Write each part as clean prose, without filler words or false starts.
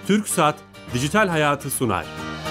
TürkSat Dijital Hayatı sunar.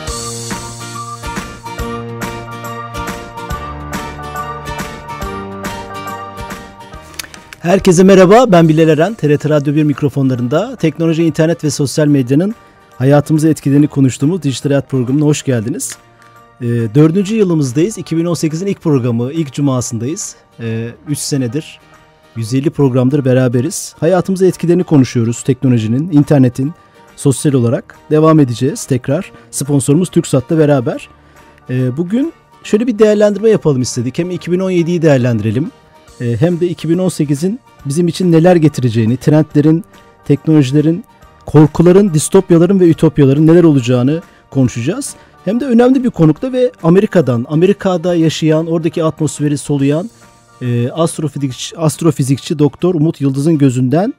Herkese merhaba, ben Bilal Eren. TRT Radyo 1 mikrofonlarında teknoloji, internet ve sosyal medyanın hayatımıza etkilerini konuştuğumuz Dijital Hayat programına hoş geldiniz. 4. yılımızdayız. 2018'in ilk programı, ilk cumasındayız. 3 senedir, 150 programdır beraberiz. Hayatımıza etkilerini konuşuyoruz. Teknolojinin, internetin, sosyal olarak devam edeceğiz tekrar. Sponsorumuz TürkSat'la beraber. Bugün şöyle bir değerlendirme yapalım istedik. Hem 2017'yi değerlendirelim. Hem de 2018'in bizim için neler getireceğini, trendlerin, teknolojilerin, korkuların, distopyaların ve ütopyaların neler olacağını konuşacağız. Hem de önemli bir konukta ve Amerika'da yaşayan, oradaki atmosferi soluyan astrofizikçi Doktor Umut Yıldız'ın gözünden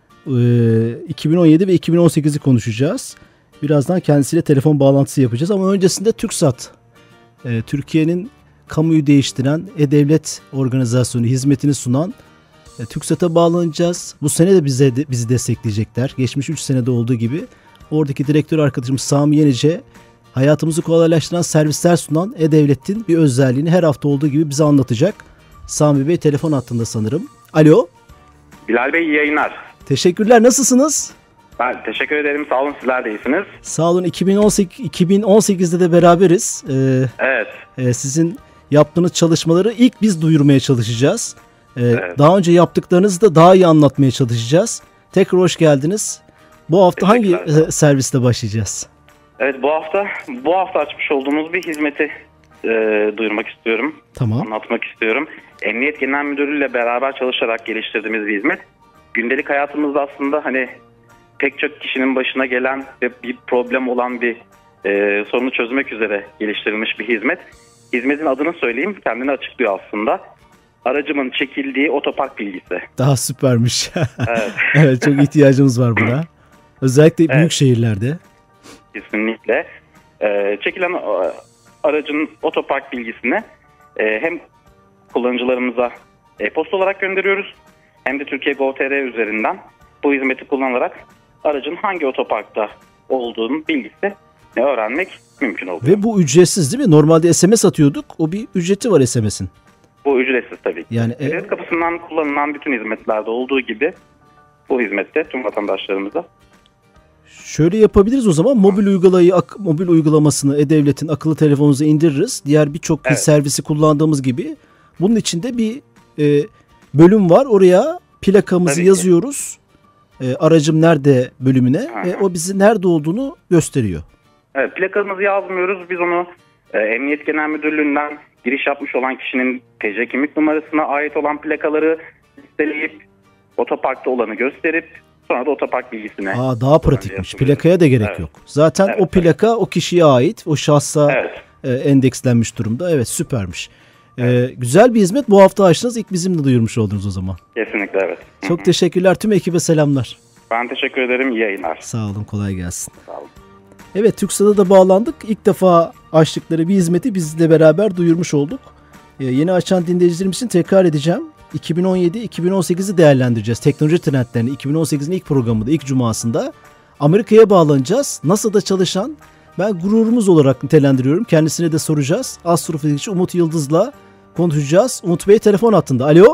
2017 ve 2018'i konuşacağız. Birazdan kendisiyle telefon bağlantısı yapacağız ama öncesinde TürkSat, Türkiye'nin kamuyu değiştiren e-devlet organizasyonu hizmetini sunan TürkSat'a bağlanacağız. Bu sene de bizi destekleyecekler. Geçmiş 3 senede olduğu gibi oradaki direktör arkadaşımız Sami Yenice hayatımızı kolaylaştıran servisler sunan e-devletin bir özelliğini her hafta olduğu gibi bize anlatacak. Sami Bey telefon hattında sanırım. Alo. Bilal Bey iyi yayınlar. Teşekkürler. Nasılsınız? Ben teşekkür ederim. Sağ olun. Sizler de iyisiniz. Sağ olun. 2018'de de beraberiz. Evet. Sizin yaptığınız çalışmaları ilk biz duyurmaya çalışacağız. Evet. Daha önce yaptıklarınızı da daha iyi anlatmaya çalışacağız. Tekrar hoş geldiniz. Bu hafta hangi serviste başlayacağız? Evet, bu hafta açmış olduğumuz bir hizmeti duyurmak istiyorum. Tamam. Anlatmak istiyorum. Emniyet Genel Müdürlüğü ile beraber çalışarak geliştirdiğimiz bir hizmet. Gündelik hayatımızda aslında pek çok kişinin başına gelen ve bir problem olan bir sorunu çözmek üzere geliştirilmiş bir hizmet. Hizmetin adını söyleyeyim, kendini açıklıyor aslında. Aracımın çekildiği otopark bilgisi. Daha süpermiş. Evet. Evet, çok ihtiyacımız var buna. Özellikle büyük şehirlerde. Kesinlikle. Çekilen aracın otopark bilgisini hem kullanıcılarımıza e-posta olarak gönderiyoruz hem de Türkiye Gov.tr üzerinden bu hizmeti kullanarak aracın hangi otoparkta olduğunun bilgisini öğrenmek mümkün oluyor. Ve bu ücretsiz değil mi? Normalde SMS atıyorduk. O bir ücreti var SMS'in. Bu ücretsiz tabii ki. Yani Devlet kapısından kullanılan bütün hizmetlerde olduğu gibi bu hizmette tüm vatandaşlarımıza. Şöyle yapabiliriz o zaman. Mobil uygulamasını e-devletin akıllı telefonunuza indiririz. Diğer birçok servisi kullandığımız gibi. Bunun içinde bir bölüm var. Oraya plakamızı yazıyoruz. Aracım nerede bölümüne ve o bizi nerede olduğunu gösteriyor. Evet, plakamızı yazmıyoruz. Biz onu Emniyet Genel Müdürlüğü'nden giriş yapmış olan kişinin TC kimlik numarasına ait olan plakaları listeleyip otoparkta olanı gösterip sonra da otopark bilgisine. Daha pratikmiş. Plakaya da gerek yok. Zaten o plaka o kişiye ait, o şahsa endekslenmiş durumda. Evet, süpermiş. Güzel bir hizmet. Bu hafta açtınız. İlk bizimle duyurmuş oldunuz o zaman. Kesinlikle evet. Çok teşekkürler. Tüm ekibe selamlar. Ben teşekkür ederim. İyi yayınlar. Sağ olun. Kolay gelsin. Sağ olun. Evet, TürkSat'a da bağlandık. İlk defa açtıkları bir hizmeti bizle beraber duyurmuş olduk. Yeni açan dinleyicilerimiz için tekrar edeceğim. 2017-2018'i değerlendireceğiz. Teknoloji trendlerini 2018'in ilk programında, ilk cumasında Amerika'ya bağlanacağız. NASA'da çalışan, ben gururumuz olarak nitelendiriyorum. Kendisine de soracağız. Astrofizikçi Umut Yıldız'la konuşacağız. Umut Bey telefon hattında. Alo.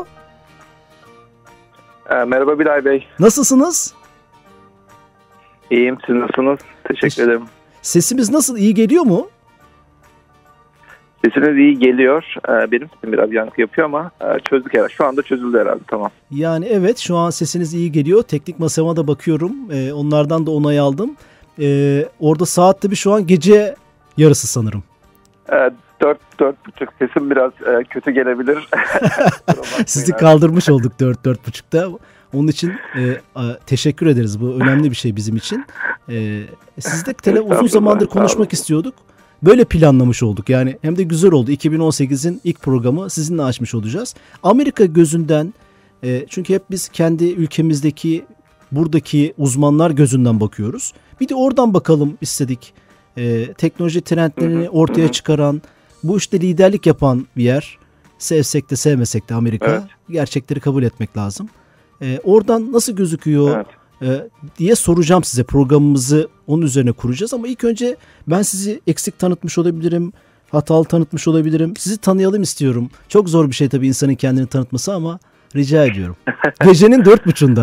Merhaba Bilal Bey. Nasılsınız? İyiyim. Siz nasılsınız? Teşekkür ederim. Sesimiz nasıl? İyi geliyor mu? Sesiniz iyi geliyor. Benim sesim biraz yankı yapıyor ama çözdük herhalde. Şu anda çözüldü herhalde. Tamam. Yani evet, şu an sesiniz iyi geliyor. Teknik masama da bakıyorum. Onlardan da onay aldım. Orada saat tabii şu an gece yarısı sanırım. 4-4.30 sesim biraz kötü gelebilir. Sizi kaldırmış olduk 4-4.30'da. Onun için teşekkür ederiz. Bu önemli bir şey bizim için. Sizle uzun zamandır konuşmak istiyorduk. Böyle planlamış olduk. Yani hem de güzel oldu. 2018'in ilk programı sizinle açmış olacağız. Amerika gözünden, çünkü hep biz kendi ülkemizdeki, buradaki uzmanlar gözünden bakıyoruz. Bir de oradan bakalım istedik. Teknoloji trendlerini ortaya çıkaran, bu işte liderlik yapan bir yer. Sevsek de sevmesek de Amerika. Evet. Gerçekleri kabul etmek lazım. Oradan nasıl gözüküyor? Evet. diye soracağım size. Programımızı onun üzerine kuracağız ama ilk önce ben sizi eksik tanıtmış olabilirim, hatalı tanıtmış olabilirim. Sizi tanıyalım istiyorum. Çok zor bir şey tabii insanın kendini tanıtması ama rica ediyorum. Gecenin 4.30'da.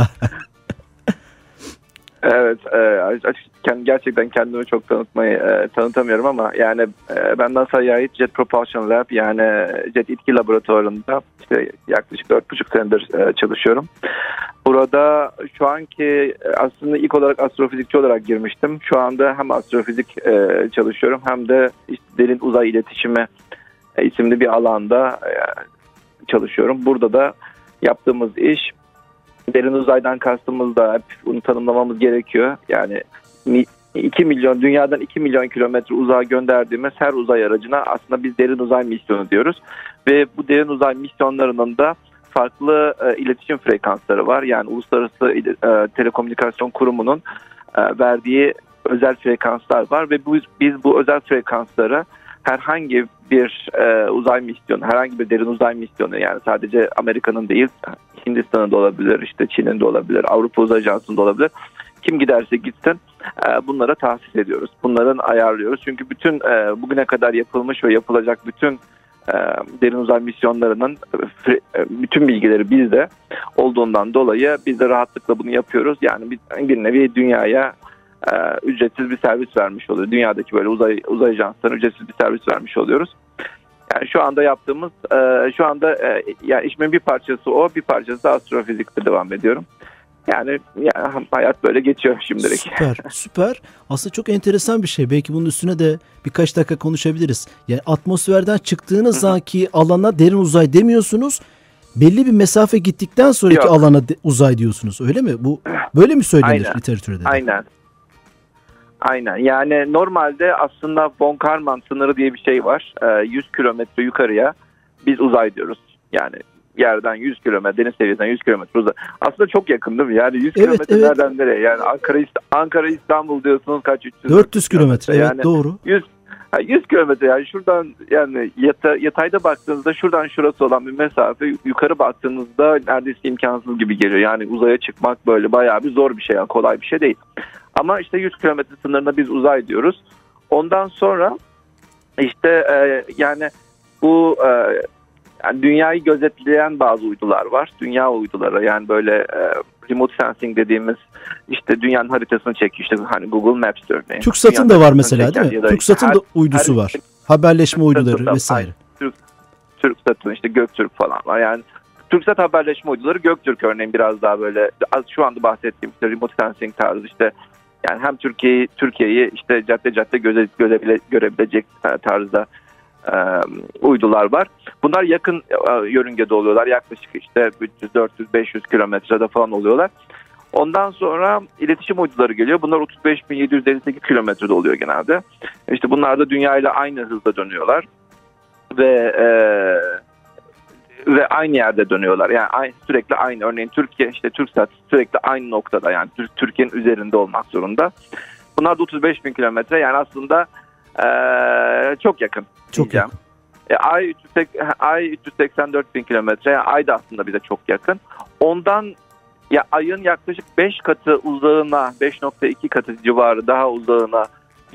Evet, gerçekten kendimi çok tanıtamıyorum ama yani ben NASA'ya ait Jet Propulsion Lab, yani Jet İtki Laboratuvarı'nda işte yaklaşık 4,5 senedir çalışıyorum. Burada şu anki aslında ilk olarak astrofizikçi olarak girmiştim. Şu anda hem astrofizik çalışıyorum hem de işte derin uzay iletişimi isimli bir alanda çalışıyorum. Burada da yaptığımız iş, derin uzaydan kastımız da hep bunu tanımlamamız gerekiyor. Yani 2 milyon, dünyadan 2 milyon kilometre uzağa gönderdiğimiz her uzay aracına aslında biz derin uzay misyonu diyoruz. Ve bu derin uzay misyonlarının da farklı iletişim frekansları var. Yani Uluslararası Telekomünikasyon Kurumu'nun verdiği özel frekanslar var ve biz bu özel frekansları herhangi bir uzay misyonu, herhangi bir derin uzay misyonu, yani sadece Amerika'nın değil, Hindistan'ın da olabilir, işte Çin'in de olabilir, Avrupa Uzay Ajansı'nın da olabilir. Kim giderse gitsin bunlara tahsis ediyoruz. Bunların ayarlıyoruz. Çünkü bütün bugüne kadar yapılmış ve yapılacak bütün derin uzay misyonlarının bütün bilgileri bizde olduğundan dolayı biz de rahatlıkla bunu yapıyoruz. Yani bir nevi dünyaya ücretsiz bir servis vermiş oluyor. Dünyadaki böyle uzay ajanslarına ücretsiz bir servis vermiş oluyoruz. Yani şu anda yaptığımız, yani işimin bir parçası o, bir parçası da astrofizikte devam ediyorum. Yani hayat böyle geçiyor şimdilik. Süper. Aslında çok enteresan bir şey. Belki bunun üstüne de birkaç dakika konuşabiliriz. Yani atmosferden çıktığınız zamanki alana derin uzay demiyorsunuz. Belli bir mesafe gittikten sonraki alana uzay diyorsunuz. Öyle mi? Bu böyle mi söylenir literatürde? Aynen. Yani normalde aslında von Karman sınırı diye bir şey var. 100 kilometre yukarıya biz uzay diyoruz. Yani yerden 100 kilometre, deniz seviyesinden 100 kilometre uzay. Aslında çok yakın değil mi? Yani 100 kilometre nereden nereye? Yani Ankara İstanbul diyorsunuz kaç? 400 kilometre. Evet, yani doğru. 100 kilometre, yani şuradan, yani yatayda baktığınızda şuradan şurası olan bir mesafe, yukarı baktığınızda neredeyse imkansız gibi geliyor. Yani uzaya çıkmak böyle bayağı bir zor bir şey, yani kolay bir şey değil. Ama işte 100 kilometre sınırında biz uzay diyoruz. Ondan sonra işte yani bu yani dünyayı gözetleyen bazı uydular var. Dünya uyduları, yani böyle remote sensing dediğimiz, işte dünyanın haritasını çekiyor. İşte hani Google Maps örneğin. TürkSat'ın da var mesela, değil mi? TürkSat'ın da uydusu var. Haberleşme uyduları vesaire. TürkSat'ın işte Göktürk falan var. Yani TürkSat haberleşme uyduları, Göktürk örneğin biraz daha böyle şu anda bahsettiğim işte remote sensing tarzı, işte yani hem Türkiye'yi işte cadde görebilecek tarzda uydular var. Bunlar yakın yörüngede oluyorlar. Yaklaşık işte 300, 400, 500 kilometrede falan oluyorlar. Ondan sonra iletişim uyduları geliyor. Bunlar 35.758 kilometrede oluyor genelde. İşte bunlar da dünya ile aynı hızda dönüyorlar. Ve aynı yerde dönüyorlar. Yani sürekli aynı. Örneğin Türkiye, işte TürkSat sürekli aynı noktada, yani Türkiye'nin üzerinde olmak zorunda. Bunlar da 35.000 kilometre. Yani aslında çok yakın. Çok diyeceğim. Yakın. Ay 384.000 kilometre. Yani Ay da aslında bize çok yakın. Ondan ya Ay'ın yaklaşık 5 katı uzağına, 5.2 katı civarı daha uzağına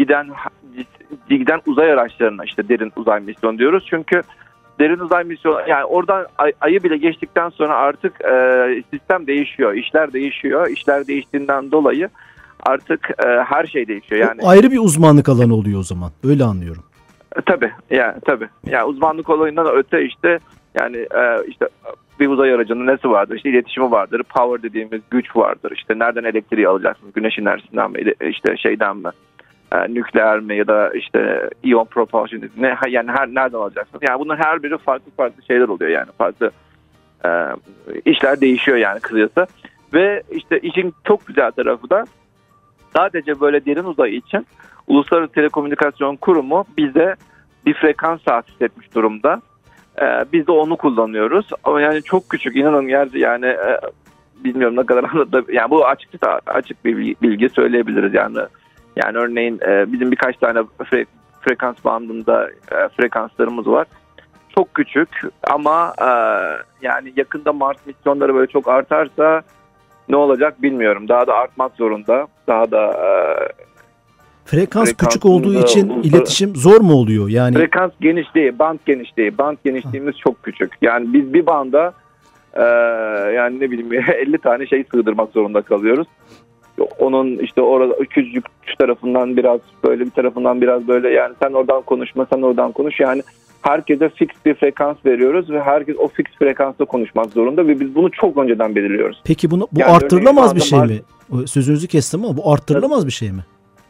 giden uzay araçlarına işte derin uzay misyonu diyoruz. Çünkü derin uzay misyonu, yani oradan Ay'ı bile geçtikten sonra artık sistem değişiyor, işler değişiyor. İşler değiştiğinden dolayı artık her şey değişiyor. Yani ayrı bir uzmanlık alanı oluyor o zaman. Öyle anlıyorum. Tabii. Yani uzmanlık olayından öte işte yani işte bir uzay aracının nesi vardır? İşte iletişimi vardır, power dediğimiz güç vardır. İşte nereden elektriği alacaksınız? Güneş enerjisinden mi? İşte şeyden mi? Nükleer mi ya da işte ion propulsion ne, yani nereden alacaksınız? Yani bunların her biri farklı şeyler oluyor, yani farklı işler değişiyor yani kısacası. Ve işte işin çok güzel tarafı da sadece böyle derin uzay için Uluslararası Telekomünikasyon Kurumu bize bir frekans tahsis etmiş durumda. Biz de onu kullanıyoruz. Ama yani çok küçük, inanın yani bilmiyorum ne kadar anladım. Yani bu açık bir bilgi söyleyebiliriz yani. Yani örneğin bizim birkaç tane frekans bandında frekanslarımız var. Çok küçük ama yani yakında Mars misyonları böyle çok artarsa ne olacak bilmiyorum. Daha da artmak zorunda. Daha da frekans küçük olduğu için iletişim zor mu oluyor? Yani frekans geniş değil, band geniş değil. Band genişliğimiz çok küçük. Yani biz bir banda yani ne bileyim 50 tane şey sığdırmak zorunda kalıyoruz. Onun işte orada küçücük şu tarafından biraz böyle, bir tarafından biraz böyle, yani sen oradan konuşma, sen oradan konuş. Yani herkese fix bir frekans veriyoruz ve herkes o fix frekansta konuşmak zorunda ve biz bunu çok önceden belirliyoruz. Peki bu yani arttırılamaz bir şey mi? Sözünüzü kestim ama bu arttırılamaz bir şey mi?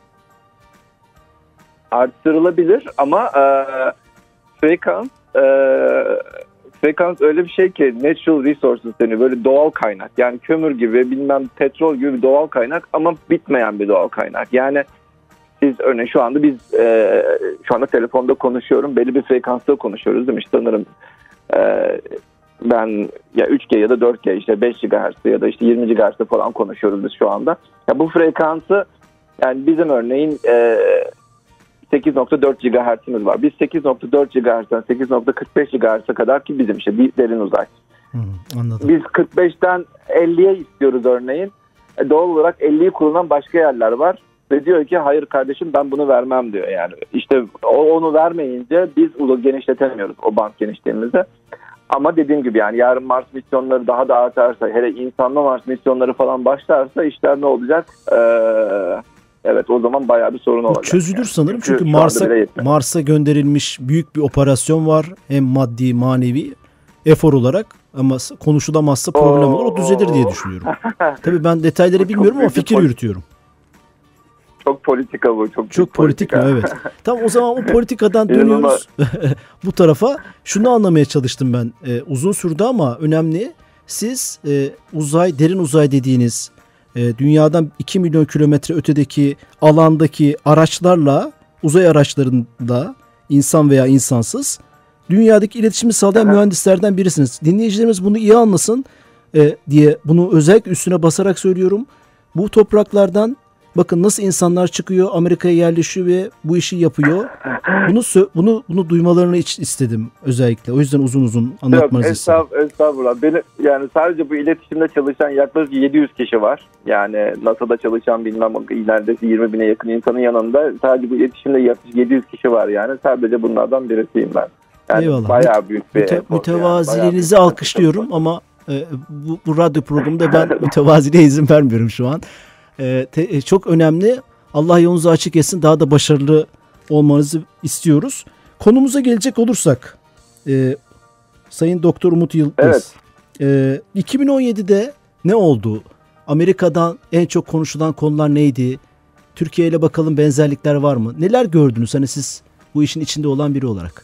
Arttırılabilir ama frekans öyle bir şey ki natural resources deniyor. Böyle doğal kaynak. Yani kömür gibi, bilmem petrol gibi bir doğal kaynak ama bitmeyen bir doğal kaynak. Yani siz örneğin şu anda biz şu anda telefonda konuşuyorum. Belli bir frekansta konuşuyoruz değil mi? İşte sanırım ben ya 3G ya da 4G, işte 5 GHz ya da işte 20 GHz'de falan konuşuyoruz biz şu anda. Ya bu frekansı, yani bizim örneğin 8.4 GHz'imiz var. Biz 8.4 GHz'den 8.45 GHz'e kadar ki bizim işte derin uzay. Anladım. Biz 45'ten 50'ye istiyoruz örneğin. Doğal olarak 50'yi kullanan başka yerler var. Ve diyor ki hayır kardeşim ben bunu vermem diyor yani. İşte onu vermeyince biz genişletemiyoruz o band genişliğimizi. Ama dediğim gibi yani yarın Mars misyonları daha da artarsa, hele insanlı Mars misyonları falan başlarsa işler ne olacak? Evet, o zaman bayağı bir sorun olacak. Çözülür yani. Sanırım çünkü Mars'a gönderilmiş büyük bir operasyon var. Hem maddi manevi efor olarak, ama konuşulamazsa problem olur. O düzelir diye düşünüyorum. Tabii ben detayları bilmiyorum ama fikir yürütüyorum. Çok politika bu. Çok politik mi? Evet. Tamam, o zaman bu politikadan dönüyoruz bu tarafa. Şunu anlamaya çalıştım ben. Uzun sürdü ama önemli. Siz derin uzay dediğiniz dünyadan 2 milyon kilometre ötedeki alandaki araçlarla, uzay araçlarında, insan veya insansız, dünyadaki iletişimi sağlayan mühendislerden birisiniz. Dinleyicilerimiz bunu iyi anlasın diye bunu özellikle üstüne basarak söylüyorum. Bu topraklardan bakın nasıl insanlar çıkıyor, Amerika'ya yerleşiyor ve bu işi yapıyor. Bunu duymalarını istedim özellikle. O yüzden uzun anlatmanızı istedim. Estağfurullah. Benim yani sadece bu iletişimde çalışan yaklaşık 700 kişi var. Yani NASA'da çalışan bilmem neredeyse 20 bine yakın insanın yanında sadece bu iletişimde yaklaşık 700 kişi var yani. Sadece bunlardan birisiyim ben. Yani eyvallah. Bayağı büyük bir mütevaziliğinizi alkışlıyorum ama bu radyo programında ben mütevaziliğe izin vermiyorum şu an. Çok önemli. Allah yolunuzu açık etsin. Daha da başarılı olmanızı istiyoruz. Konumuza gelecek olursak Sayın Doktor Umut Yıldız. Evet. 2017'de ne oldu? Amerika'dan en çok konuşulan konular neydi? Türkiye ile bakalım benzerlikler var mı? Neler gördünüz? Hani siz bu işin içinde olan biri olarak.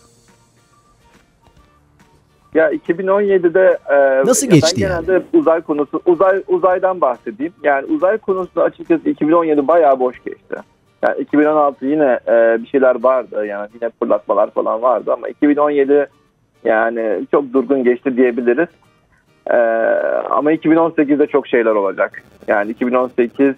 Ya 2017'de nasıl geçti ben genelde uzay konusu, uzaydan bahsedeyim. Yani uzay konusunda açıkçası 2017 bayağı boş geçti. Yani 2016 yine bir şeyler vardı, yani yine fırlatmalar falan vardı ama 2017 yani çok durgun geçti diyebiliriz. Ama 2018'de çok şeyler olacak. Yani 2018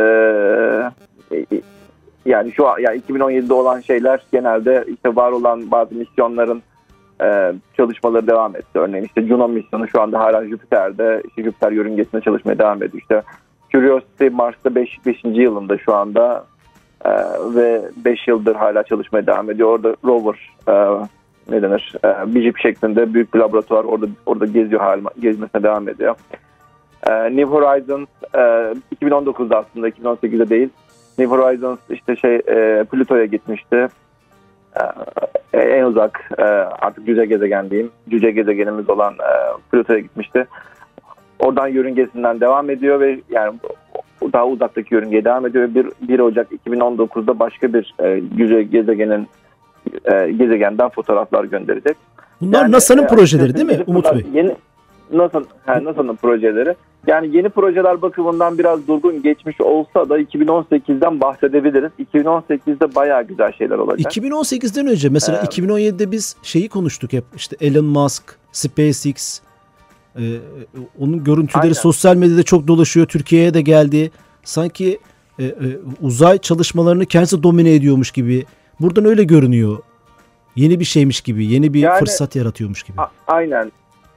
yani şu an yani 2017'de olan şeyler genelde işte var olan bazı misyonların çalışmaları devam etti. Örneğin işte Juno misyonu şu anda hala Jüpiter'de, işte Jüpiter yörüngesinde çalışmaya devam ediyor. İşte Curiosity Mars'ta 5. yılında şu anda ve 5 yıldır hala çalışmaya devam ediyor. Orada rover bir jip şeklinde büyük bir laboratuvar orada gezmesine devam ediyor. New Horizons 2019'da aslında, 2018'de değil. New Horizons işte Plüto'ya gitmişti. En uzak artık cüce gezegen diyeyim. Cüce gezegenimiz olan Plüto'ya gitmişti. Oradan yörüngesinden devam ediyor ve yani daha uzaktaki yörüngeye devam ediyor. 1 Ocak 2019'da başka bir cüce gezegenden fotoğraflar gönderecek. Bunlar yani, NASA'nın projeleri değil mi Umut Bey? NASA'nın projeleri. Yani yeni projeler bakımından biraz durgun geçmiş olsa da 2018'den bahsedebiliriz. 2018'de bayağı güzel şeyler olacak. 2018'den önce mesela 2017'de biz şeyi konuştuk hep, işte Elon Musk, SpaceX, onun görüntüleri aynen sosyal medyada çok dolaşıyor. Türkiye'ye de geldi. Sanki uzay çalışmalarını kendisi domine ediyormuş gibi. Buradan öyle görünüyor. Yeni bir şeymiş gibi, yeni bir fırsat yaratıyormuş gibi. Aynen.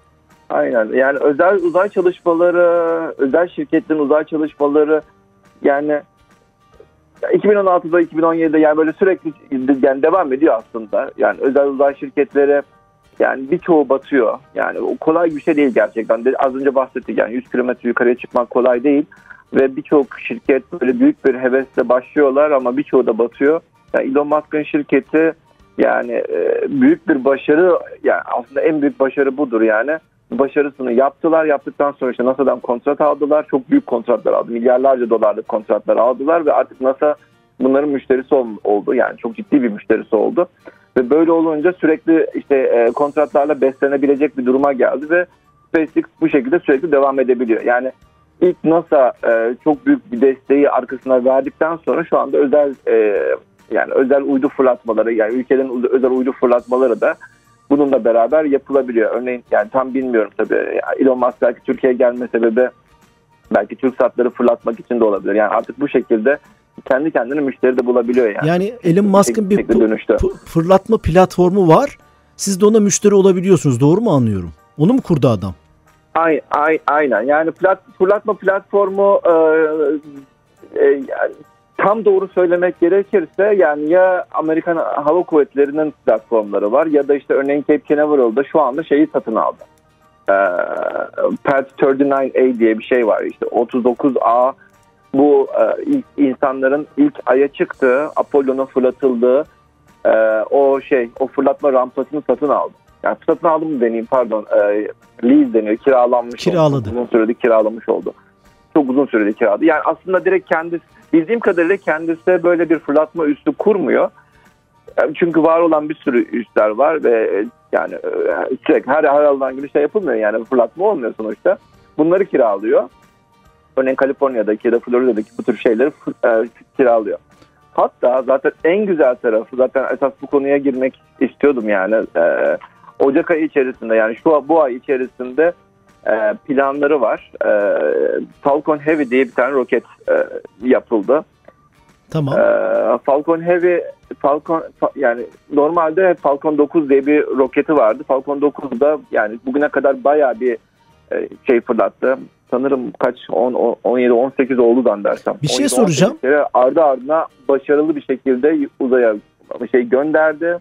Aynen. Yani özel uzay çalışmaları, özel şirketlerin uzay çalışmaları yani 2016'da 2017'de yani böyle sürekli yani devam ediyor aslında. Yani özel uzay şirketleri yani birçoğu batıyor. Yani o kolay bir şey değil gerçekten. Az önce bahsettik yani 100 kilometre yukarıya çıkmak kolay değil. Ve birçok şirket böyle büyük bir hevesle başlıyorlar ama birçoğu da batıyor. Yani Elon Musk'ın şirketi yani büyük bir başarı, yani aslında en büyük başarı budur yani. Başarısını yaptılar. Yaptıktan sonra işte NASA'dan kontrat aldılar. Çok büyük kontratlar aldı. Milyarlarca dolarlık kontratlar aldılar ve artık NASA bunların müşterisi oldu. Yani çok ciddi bir müşterisi oldu. Ve böyle olunca sürekli işte kontratlarla beslenebilecek bir duruma geldi ve SpaceX bu şekilde sürekli devam edebiliyor. Yani ilk NASA çok büyük bir desteği arkasına verdikten sonra şu anda yani özel uydu fırlatmaları, yani ülkelerin özel uydu fırlatmaları da bununla beraber yapılabiliyor. Örneğin yani tam bilmiyorum tabii. Elon Musk belki Türkiye'ye gelme sebebi belki TürkSat'ları fırlatmak için de olabilir. Yani artık bu şekilde kendi kendine müşteri de bulabiliyor yani. Yani Elon Musk'ın bir fırlatma platformu var. Siz de ona müşteri olabiliyorsunuz. Doğru mu anlıyorum? Onu mu kurdu adam? Aynen. Yani fırlatma platformu yani tam doğru söylemek gerekirse yani ya Amerikan Hava Kuvvetleri'nin platformları var ya da işte örneğin Cape Canaveral'da şu anda şeyi satın aldı. Part 39A diye bir şey var. İşte 39A bu insanların ilk Ay'a çıktığı, Apollo'nun fırlatıldığı o fırlatma rampasını satın aldı. Yani satın aldım mı deneyim pardon. Lease deniyor. Kiraladı. Uzun sürede kiralamış oldu. Çok uzun sürede kiraladı. Yani aslında direkt bildiğim kadarıyla kendisi böyle bir fırlatma üssü kurmuyor. Çünkü var olan bir sürü üsler var ve yani sürekli her alan gibi şey yapılmıyor. Yani fırlatma olmuyor sonuçta. Bunları kiralıyor. Örneğin Kaliforniya'daki ya da Florida'daki bu tür şeyleri kiralıyor. Hatta zaten en güzel tarafı, zaten esas bu konuya girmek istiyordum yani. Ocak ayı içerisinde, yani bu ay içerisinde planları var. Falcon Heavy diye bir tane roket yapıldı. Tamam. Falcon Heavy, yani normalde Falcon 9 diye bir roketi vardı. Falcon 9'da yani bugüne kadar bayağı bir şey fırlattı. Sanırım 17-18 oldu zannedersem. Bir şey soracağım. Ardı ardına başarılı bir şekilde uzaya gönderdi.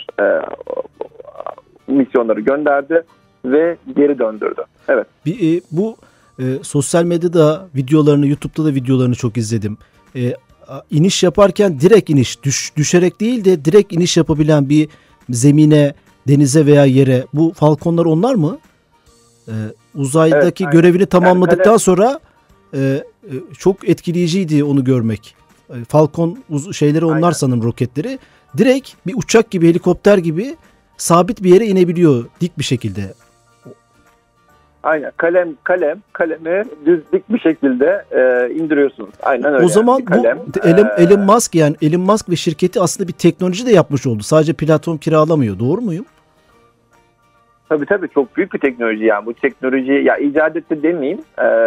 Misyonları gönderdi ve geri döndürdü. Evet. Bu sosyal medyada videolarını, YouTube'da da videolarını çok izledim. İniş yaparken direkt iniş, düşerek değil de direkt iniş yapabilen bir zemine, denize veya yere. Bu Falconlar onlar mı? Uzaydaki evet, görevini tamamladıktan sonra çok etkileyiciydi onu görmek. Falcon şeyleri onlar aynen. Sanırım roketleri. Direkt bir uçak gibi, helikopter gibi sabit bir yere inebiliyor dik bir şekilde. Aynen. Kalemi düz dik bir şekilde indiriyorsunuz. Aynen öyle. O zaman Elon Musk ve şirketi aslında bir teknoloji de yapmış oldu. Sadece platform kiralamıyor. Doğru muyum? Tabii çok büyük bir teknoloji yani. Bu teknoloji ya icat etti demeyeyim.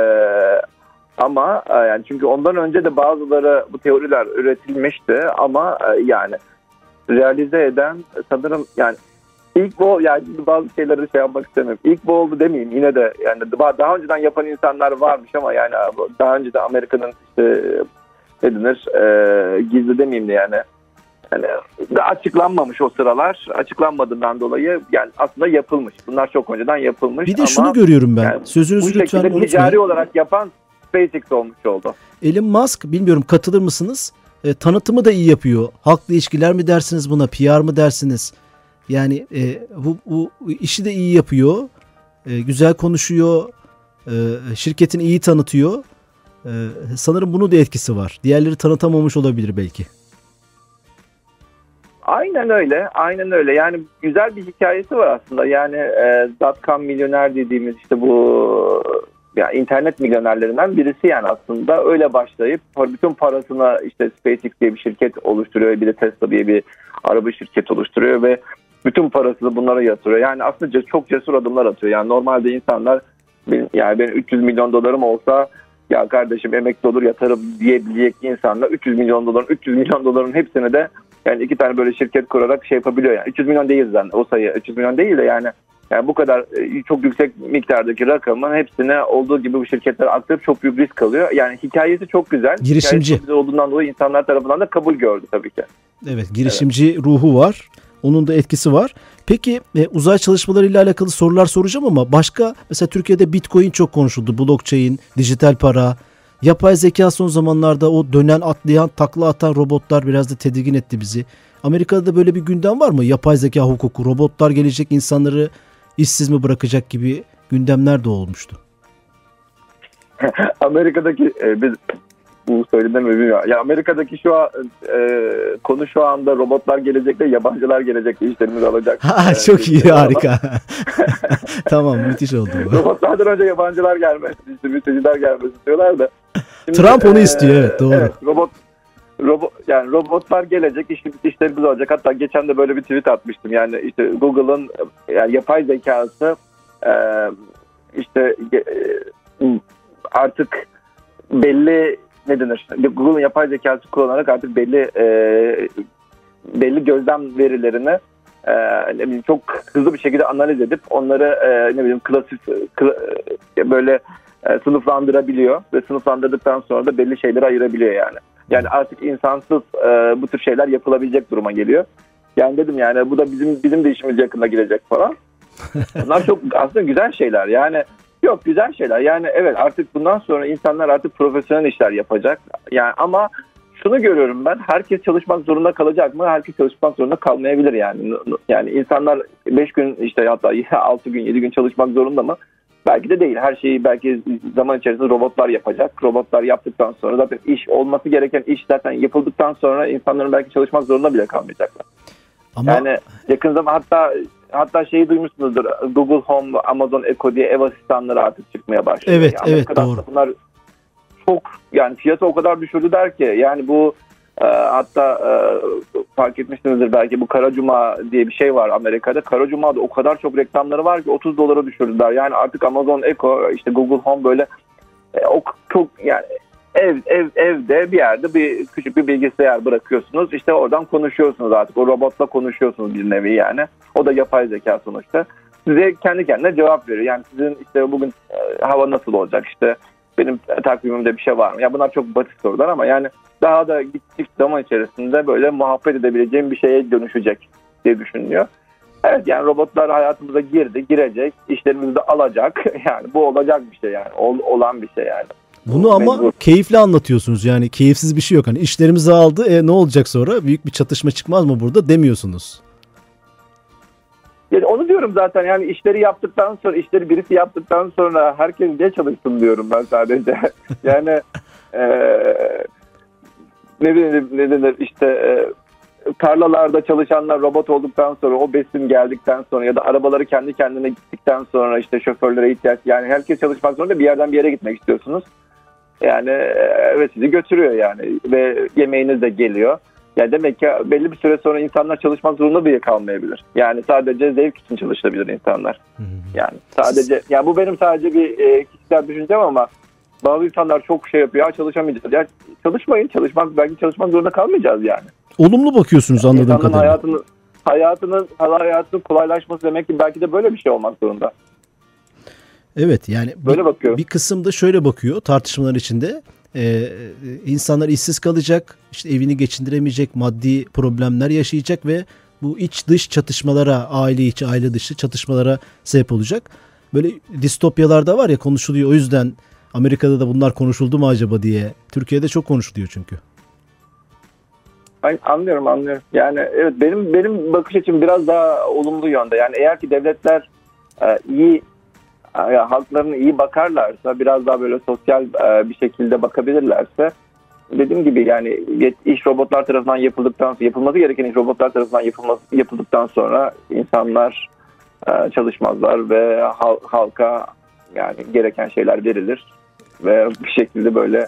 Ama yani çünkü ondan önce de bazıları bu teoriler üretilmişti ama yani realize eden sanırım yani ilk bu, yani bazı şeyleri şey yapmak istemiyorum. İlk bu oldu demeyeyim yine de yani daha önceden yapan insanlar varmış ama yani daha önce de Amerika'nın işte ne denir gizli demeyeyim de yani açıklanmamış o sıralar. Açıklanmadığından dolayı yani aslında yapılmış. Bunlar çok önceden yapılmış. Bir de şunu görüyorum ben. Yani sözünüzü lütfen unutmayın. Ticari olarak yapan SpaceX olmuş oldu. Elon Musk, bilmiyorum katılır mısınız? Tanıtımı da iyi yapıyor. Halkla ilişkiler mi dersiniz buna? PR mı dersiniz? Yani bu işi de iyi yapıyor. Güzel konuşuyor. Şirketini iyi tanıtıyor. Sanırım bunun da etkisi var. Diğerleri tanıtamamış olabilir belki. Aynen öyle. Yani güzel bir hikayesi var aslında. Yani .com milyoner dediğimiz işte bu yani internet milyonerlerinden birisi yani aslında öyle başlayıp bütün parasına işte SpaceX diye bir şirket oluşturuyor. Bir de Tesla diye bir araba şirketi oluşturuyor ve bütün parasını bunlara yatırıyor. Yani aslında çok cesur adımlar atıyor. Yani normalde insanlar benim 300 milyon dolarım olsa ya kardeşim emekli olur yatarım diyebilecek insanlar 300 milyon doların hepsini de yani iki tane böyle şirket kurarak şey yapabiliyor. Yani 300 milyon değil zaten o sayı 300 milyon değil de yani Yani bu kadar çok yüksek miktardaki rakamın hepsine olduğu gibi bu şirketler aktarıp çok büyük risk alıyor. Yani hikayesi çok güzel. Girişimci. Hikayesi çok güzel olduğundan dolayı insanlar tarafından da kabul gördü tabii ki. Evet, girişimci ruhu var. Onun da etkisi var. Peki uzay çalışmalarıyla alakalı sorular soracağım ama başka, mesela Türkiye'de Bitcoin çok konuşuldu. Blockchain, dijital para, yapay zeka son zamanlarda o dönen, atlayan, takla atan robotlar biraz da tedirgin etti bizi. Amerika'da da böyle bir gündem var mı? Yapay zeka hukuku, robotlar gelecek insanları işsiz mi bırakacak gibi gündemler de olmuştu. Amerika'daki biz bu söylediğim bilmiyorum. Ya Amerika'daki şu an konu şu anda robotlar gelecekte, yabancılar gelecekte işlerimizi alacak. Çok iyi, harika. Tamam, müthiş oldu bu. Robotlardan önce yabancılar gelmesi, işte mülteciler gelmesi istiyorlar da. Şimdi, Trump onu istiyor, evet, doğru. Evet, yani robotlar gelecek, işlerimiz olacak. Hatta geçen de böyle bir tweet atmıştım. Yani işte Google'ın yani yapay zekası işte artık belli ne denir? Google'ın yapay zekası kullanarak artık belli gözlem verilerini çok hızlı bir şekilde analiz edip onları böyle sınıflandırabiliyor ve sınıflandırdıktan sonra da belli şeyleri ayırabiliyor yani. Yani artık insansız bu tür şeyler yapılabilecek duruma geliyor. Yani dedim yani bu da bizim de işimiz yakında girecek falan. Bunlar çok aslında güzel şeyler. Yani yok, güzel şeyler. Yani evet, artık bundan sonra insanlar artık profesyonel işler yapacak. Yani ama şunu görüyorum ben. Herkes çalışmak zorunda kalacak mı? Herkes çalışmak zorunda kalmayabilir yani. Yani insanlar 5 gün işte hatta 6 gün 7 gün çalışmak zorunda mı? Belki de değil. Her şeyi belki zaman içerisinde robotlar yapacak. Robotlar yaptıktan sonra zaten olması gereken iş zaten yapıldıktan sonra insanların belki çalışmak zorunda bile kalmayacaklar. Ama... Yani yakın zaman hatta şeyi duymuşsunuzdur. Google Home, Amazon Echo diye ev asistanları artık çıkmaya başlıyor. Evet, yani evet, doğru. Bunlar çok, yani fiyatı o kadar düşürdüler ki yani bu hatta fark etmişsinizdir belki, bu Kara Cuma diye bir şey var Amerika'da. Kara Cuma'da o kadar çok reklamları var ki $30 düşürdüler. Yani artık Amazon Echo, işte Google Home böyle o çok yani evde bir yerde bir küçük bir bilgisayar bırakıyorsunuz. İşte oradan konuşuyorsunuz artık. O robotla konuşuyorsunuz bir nevi yani. O da yapay zeka sonuçta. Size kendi kendine cevap veriyor. Yani sizin işte bugün hava nasıl olacak, işte benim takvimimde bir şey var mı? Ya bunlar çok basit sorular ama yani daha da gittik zaman içerisinde böyle muhabbet edebileceğim bir şeye dönüşecek diye düşünülüyor. Evet, yani robotlar hayatımıza girecek, işlerimizi de alacak. Yani bu olacak bir şey yani. Olan bir şey yani. Bunu ama keyifli anlatıyorsunuz. Yani keyifsiz bir şey yok. Hani işlerimizi aldı, ne olacak sonra? Büyük bir çatışma çıkmaz mı burada demiyorsunuz. Yani onu diyorum zaten, yani işleri birisi yaptıktan sonra herkes de çalışsın diyorum ben sadece. Yani ne denir işte tarlalarda çalışanlar robot olduktan sonra, o besin geldikten sonra ya da arabaları kendi kendine gittikten sonra işte şoförlere ihtiyaç, yani herkes çalışmak zorunda, bir yerden bir yere gitmek istiyorsunuz. Yani evet, sizi götürüyor yani ve yemeğiniz de geliyor. Yani demek ki belli bir süre sonra insanlar çalışmak zorunda bile kalmayabilir. Yani sadece zevk için çalışabilir insanlar. Yani sadece, yani bu benim sadece bir kişisel düşüncem ama bazı insanlar çok şey yapıyor. Ya çalışamayacağız. Ya çalışmayın. Belki çalışmak zorunda kalmayacağız yani. Olumlu bakıyorsunuz anladığım kadarıyla. Hayatının kolaylaşması demek ki belki de böyle bir şey olmak zorunda. Evet, yani böyle bakıyorum. Bir kısım da şöyle bakıyor tartışmalar içinde. İnsanlar işsiz kalacak, işte evini geçindiremeyecek, maddi problemler yaşayacak ve bu iç dış çatışmalara, aile içi aile dışı çatışmalara sebep olacak. Böyle distopyalarda var ya, konuşuluyor. O yüzden Amerika'da da bunlar konuşuldu mu acaba diye. Türkiye'de çok konuşuluyor çünkü. Anlıyorum. Yani evet, benim bakış açım biraz daha olumlu yönde. Yani eğer ki devletler iyi, halklarına iyi bakarlarsa, biraz daha böyle sosyal bir şekilde bakabilirlerse, dediğim gibi yani iş robotlar tarafından yapılması gereken iş robotlar tarafından yapıldıktan sonra insanlar çalışmazlar ve halka yani gereken şeyler verilir ve bir şekilde böyle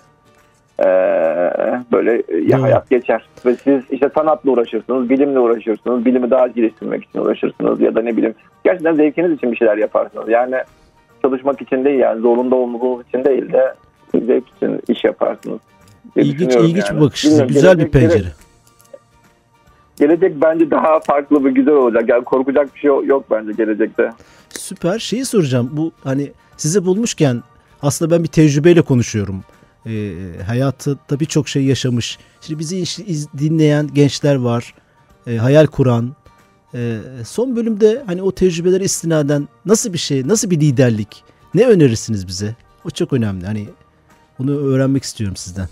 hayat geçer. Ve siz işte sanatla uğraşırsınız, bilimle uğraşırsınız, bilimi daha geliştirmek için uğraşırsınız ya da ne bileyim, gerçekten zevkiniz için bir şeyler yaparsınız. Yani çalışmak için değil, yani zorunda olmadığınız için değil de zevk için iş yaparsınız. İlginç bir bakış. Güzel bir pencere. gelecek bence daha farklı ve güzel olacak. Yani korkacak bir şey yok bence gelecekte. Süper. Şeyi soracağım. Bu hani sizi bulmuşken aslında ben bir tecrübeyle konuşuyorum. Hayatında birçok şey yaşamış. Şimdi bizi dinleyen gençler var. Hayal kuran. Son bölümde hani o tecrübeleri istinaden nasıl bir şey, nasıl bir liderlik, ne önerirsiniz bize? O çok önemli. Hani bunu öğrenmek istiyorum sizden.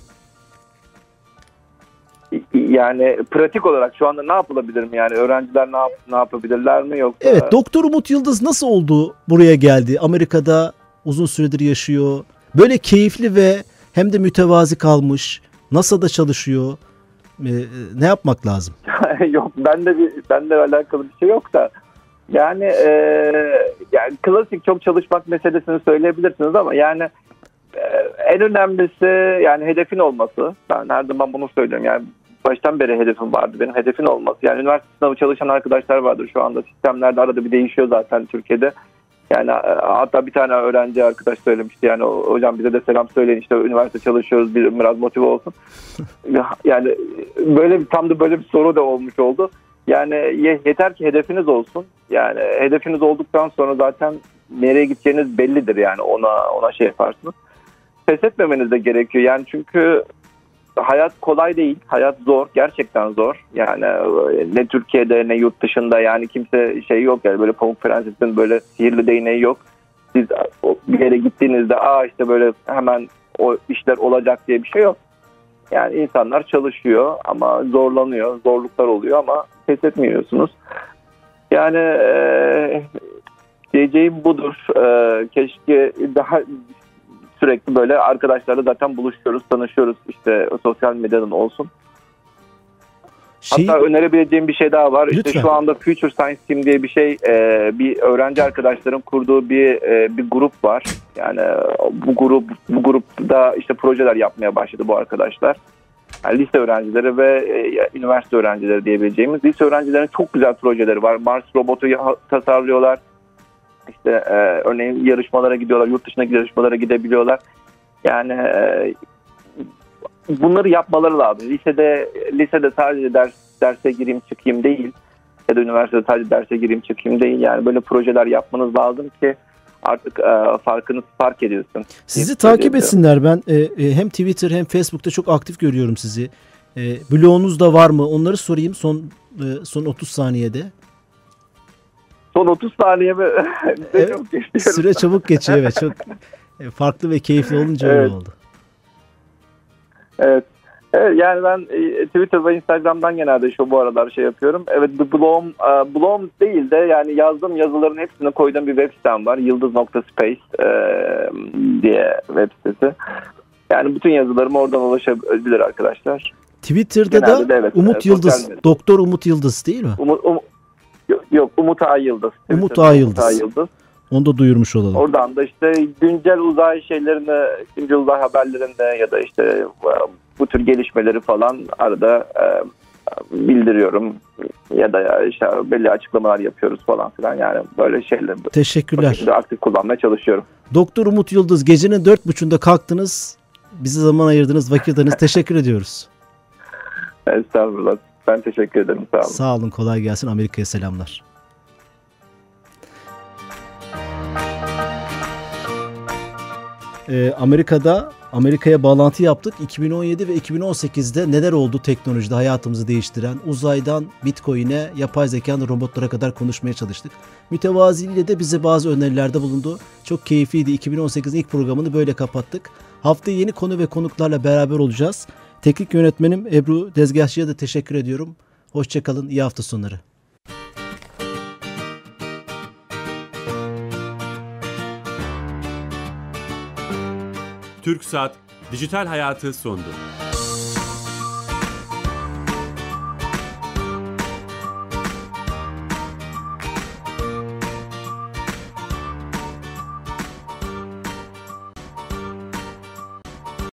Yani pratik olarak şu anda ne yapılabilir mi? Yani öğrenciler ne yapabilirler mi yoksa? Evet, Doktor Umut Yıldız nasıl oldu buraya geldi? Amerika'da uzun süredir yaşıyor. Böyle keyifli ve hem de mütevazi kalmış. NASA'da çalışıyor. Ne yapmak lazım? Yok, bende alakalı bir şey yok da. Yani yani klasik çok çalışmak meselesini söyleyebilirsiniz ama yani en önemlisi yani hedefin olması. Ben her zaman bunu söylüyorum. Yani baştan beri hedefim vardı. Benim hedefin olması. Yani üniversite sınavı çalışan arkadaşlar vardır şu anda. Sistemlerde arada bir değişiyor zaten Türkiye'de. Yani hatta bir tane öğrenci arkadaş söylemişti. Yani hocam bize de selam söyleyin, işte üniversite çalışıyoruz, biraz motive olsun. Yani tam da böyle bir soru da olmuş oldu. Yani yeter ki hedefiniz olsun. Yani hedefiniz olduktan sonra zaten nereye gideceğiniz bellidir, yani ona şey yaparsınız. Pes etmemeniz de gerekiyor. Yani çünkü hayat kolay değil. Hayat zor. Gerçekten zor. Yani ne Türkiye'de ne yurt dışında yani kimse şey yok. Yani böyle Pamuk Prenses'in böyle sihirli değneği yok. Siz bir yere gittiğinizde işte böyle hemen o işler olacak diye bir şey yok. Yani insanlar çalışıyor ama zorlanıyor. Zorluklar oluyor ama pes etmiyorsunuz. Yani diyeceğim budur. Keşke daha sürekli böyle arkadaşlarla zaten buluşuyoruz, tanışıyoruz. İşte sosyal medyanın olsun. Hatta önerebileceğim bir şey daha var. Lütfen. İşte şu anda Future Science Team diye bir şey, bir öğrenci arkadaşların kurduğu bir grup var. Yani bu grupta işte projeler yapmaya başladı bu arkadaşlar. Yani lise öğrencileri ve üniversite öğrencileri diyebileceğimiz. Lise öğrencilerin çok güzel projeleri var. Mars robotu tasarlıyorlar. İşte örneğin yarışmalara gidiyorlar, yurt dışındaki yarışmalara gidebiliyorlar. Yani bunları yapmaları lazım. Lisede sadece derse gireyim çıkayım değil, ya da üniversitede sadece derse gireyim çıkayım değil. Yani böyle projeler yapmanız lazım ki artık farkını fark ediyorsun. Sizi takip etsinler. Ben hem Twitter hem Facebook'ta çok aktif görüyorum sizi. Blogunuz da var mı? Onları sorayım son 30 saniyede. Son 30 saniye mi? Evet, süre çabuk geçiyor ve çok farklı ve keyifli olunca öyle oldu. Evet. Evet, yani ben Twitter ve Instagram'dan genelde bu aralar şey yapıyorum. Evet, blogum değil de yani yazdığım yazıların hepsini koyduğum bir web sitem var. Yıldız.space diye web sitesi. Yani bütün yazılarım oradan ulaşabilir arkadaşlar. Twitter'da genelde da evet, Umut Yıldız, Doktor Umut Yıldız değil mi? Yok, Umut A. Yıldız. Umut A. Yıldız. Onu da duyurmuş olalım. Oradan da işte güncel uzay şeylerini, güncel uzay haberlerinde ya da işte bu tür gelişmeleri falan arada bildiriyorum. Ya da işte belli açıklamalar yapıyoruz falan filan, yani böyle şeyler. Teşekkürler. Aktif kullanmaya çalışıyorum. Doktor Umut Yıldız, gecenin 4.30'da kalktınız. Bize zaman ayırdınız, vakit ayırdınız. Teşekkür ediyoruz. Estağfurullah. Ben teşekkür ederim. Sağ olun. Sağ olun. Kolay gelsin. Amerika'ya selamlar. Amerika'ya bağlantı yaptık. 2017 ve 2018'de neler oldu teknolojide hayatımızı değiştiren, uzaydan Bitcoin'e, yapay zekadan robotlara kadar konuşmaya çalıştık. Mütevaziliğiyle de bize bazı önerilerde bulundu. Çok keyifliydi. 2018'in ilk programını böyle kapattık. Haftaya yeni konu ve konuklarla beraber olacağız. Teknik yönetmenim Ebru Dezgahçı'ya da teşekkür ediyorum. Hoşçakalın. İyi hafta sonları. TürkSat Dijital Hayatı sundu.